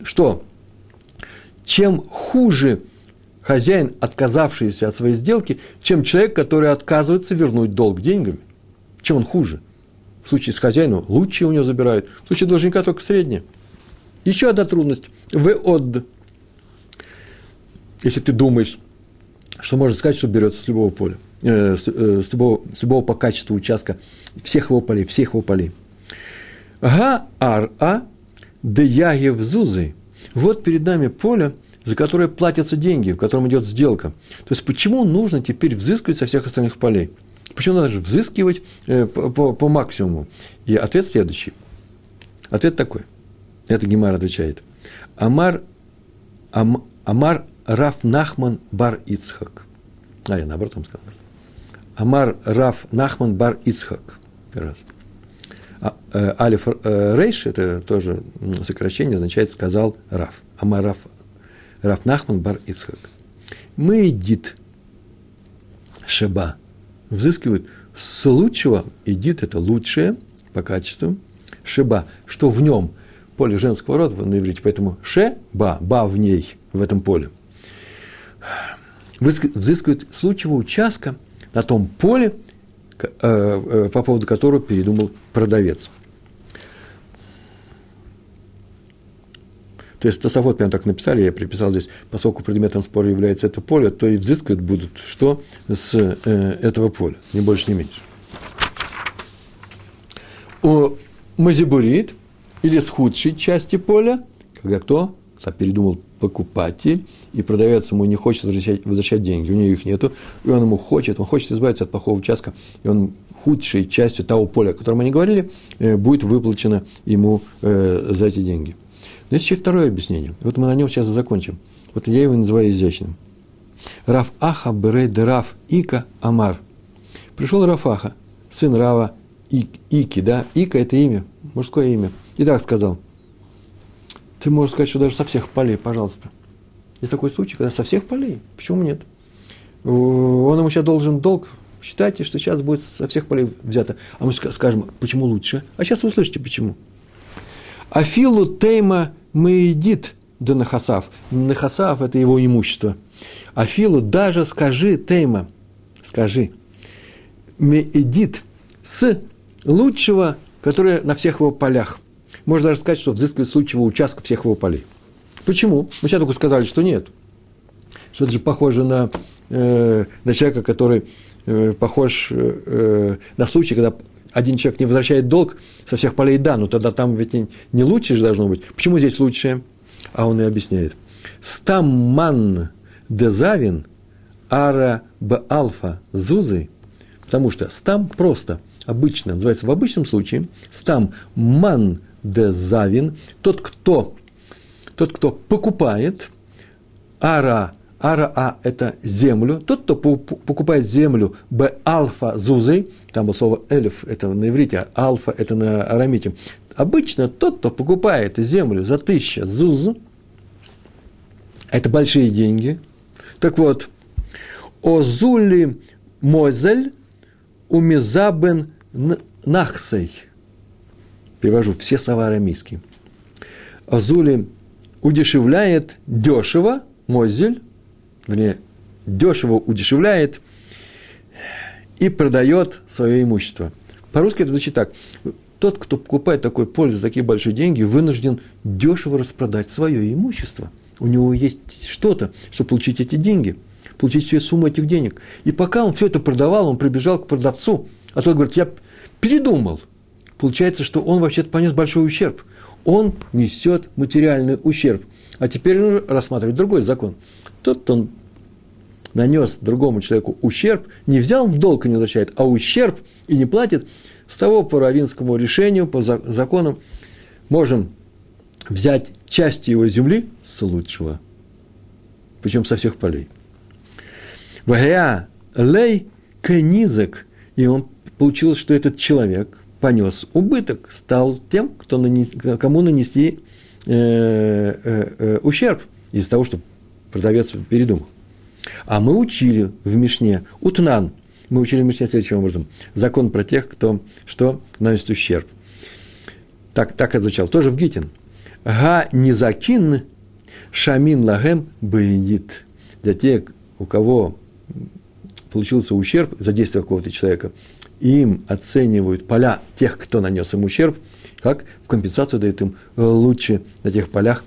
чем хуже хозяин, отказавшийся от своей сделки, чем человек, который отказывается вернуть долг деньгами. Чем он хуже? В случае с хозяином лучшее у него забирают, в случае должника только среднее. Еще одна трудность. Веод. Если ты думаешь, что можно сказать, что берется с любого поля, с любого по качеству участка, всех его полей. Га-ар-а деягев зузы. Вот перед нами поле, за которое платятся деньги, в котором идет сделка. То есть, почему нужно теперь взыскивать со всех остальных полей? Почему надо же взыскивать по максимуму? И ответ следующий. Ответ такой. Это Гемара отвечает. Амар Рав Нахман бар Ицхак. Я наоборот вам сказал. Амар Рав Нахман бар Ицхак. Первый раз. Алиф Рейш, это тоже сокращение, означает «сказал Рав». Амар Рав Нахман бар Ицхак. Мы идит шеба. Взыскивают с лучшего, идит – это лучшее по качеству, шеба, что в нем, поле женского рода на иврите, поэтому шеба, ба в ней, в этом поле. Взыскивают с лучшего участка на том поле, по поводу которого передумал продавец. То есть Тосафот прямо так написали, я приписал здесь, поскольку предметом спора является это поле, то и взыскивать будут что с этого поля, ни больше, ни меньше. У мазибурит, или с худшей части поля, когда кто передумал покупатель, и продавец ему не хочет возвращать деньги, у него их нету, и он хочет избавиться от плохого участка, и он худшей частью того поля, о котором мы не говорили, будет выплачено ему за эти деньги. Но есть еще второе объяснение. Вот мы на нем сейчас и закончим. Вот я его называю изящным. Рав Аха берей де Рав Ика Амар. Пришел Рав Аха, сын Рава Ики, да? Ика – это имя, мужское имя. И так сказал. Ты можешь сказать, что даже со всех полей, пожалуйста. Есть такой случай, когда со всех полей. Почему нет? Он ему сейчас должен долг. Считайте, что сейчас будет со всех полей взято. А мы скажем, почему лучше? А сейчас вы услышите, почему. Афилу тейма меидит да нахасав. Нахасав – это его имущество. Афилу даже скажи тейма. Скажи. Меидит с лучшего, которое на всех его полях. Можно даже сказать, что взыскивает с лучшего участка всех его полей. Почему? Мы сейчас только сказали, что нет. Что это же похоже на человека, который похож на случай, когда один человек не возвращает долг со всех полей, да, но тогда там ведь не лучшее же должно быть. Почему здесь лучшее? А он и объясняет. Стамман дезавин ара б алфа зузы. Потому что стам просто, обычно, называется в обычном случае, стам ман дезавин, тот, кто покупает, ара это землю, тот, кто покупает землю, б алфа зузы, там было слово эльф, это на иврите, а алфа это на арамите. Обычно тот, кто покупает землю за 1000 зуз, это большие деньги. Так вот, озули мозель умизабен нахсей. Перевожу все слова арамейские. Озули удешевляет дешево, мозель, вернее, дешево удешевляет и продает свое имущество. По-русски это звучит так. Тот, кто покупает такой поле за такие большие деньги, вынужден дешево распродать свое имущество. У него есть что-то, чтобы получить эти деньги, получить всю сумму этих денег. И пока он все это продавал, он прибежал к продавцу, а тот говорит, я передумал. Получается, что он вообще-то понес большой ущерб. Он несет материальный ущерб. А теперь он рассматривает другой закон. Тот, кто нанес другому человеку ущерб, не взял в долг и не возвращает, а ущерб и не платит, с того по раввинскому решению, по законам, можем взять части его земли с лучшего, причем со всех полей. Вагая лей кенизек, и он получилось, что этот человек понес убыток, стал тем, кому нанести ущерб из-за того, что продавец передумал. А мы учили в Мишне, утнан, мы учили в Мишне следующим образом, закон про тех, кто что наносит ущерб. Так это звучало, тоже в Гитин. Га низакин шамин лагем бейдит. Для тех, у кого получился ущерб за действие какого-то человека, им оценивают поля тех, кто нанес им ущерб, как в компенсацию дают им лучше на тех полях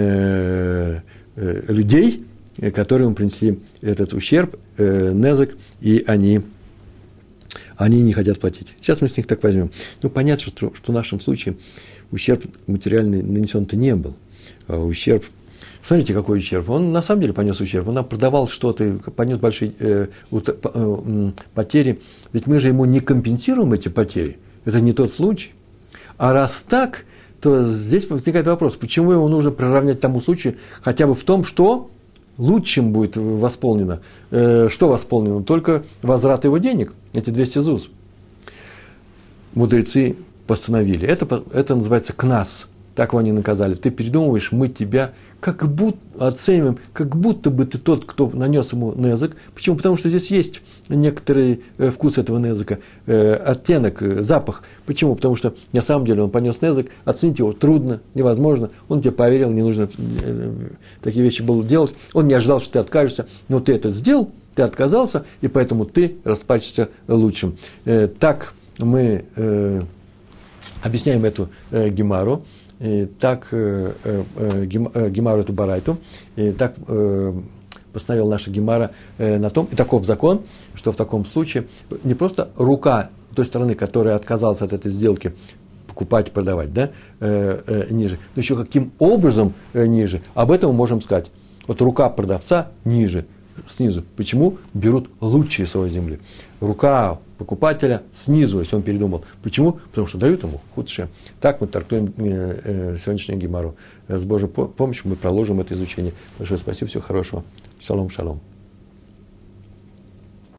людей, которые им принесли этот ущерб, незек, и они не хотят платить. Сейчас мы с них так возьмем. Ну, понятно, что в нашем случае ущерб материальный нанесен-то не был. А ущерб, смотрите, какой ущерб. Он на самом деле понес ущерб. Он нам продавал что-то, понес большие потери. Ведь мы же ему не компенсируем эти потери. Это не тот случай. А раз так, то здесь возникает вопрос, почему его нужно приравнять тому случаю, хотя бы в том, что лучшим будет восполнено. Что восполнено? Только возврат его денег, эти 200 зуз. Мудрецы постановили. Это называется кнас. Так его они наказали. Ты передумываешь, мы тебя как будто оцениваем, как будто бы ты тот, кто нанес ему незек. Почему? Потому что здесь есть некоторый вкус этого незека, оттенок, запах. Почему? Потому что на самом деле он понес незек, оценить его трудно, невозможно. Он тебе поверил, не нужно такие вещи было делать. Он не ожидал, что ты откажешься, но ты это сделал, ты отказался, и поэтому ты расплачешься лучшим. Так мы объясняем эту гемару. И так гемару эту барайту, и так постановил наша гемара на том, и таков закон, что в таком случае не просто рука той стороны, которая отказалась от этой сделки, покупать, продавать, да, ниже, но еще каким образом ниже, об этом мы можем сказать. Вот рука продавца ниже, снизу. Почему? Берут лучшие своей земли. Рука покупателя снизу, если он передумал. Почему? Потому что дают ему худшее. Так мы трактуем сегодняшнюю гемару. С Божьей помощью мы проложим это изучение. Большое спасибо, всего хорошего. Шалом, шалом.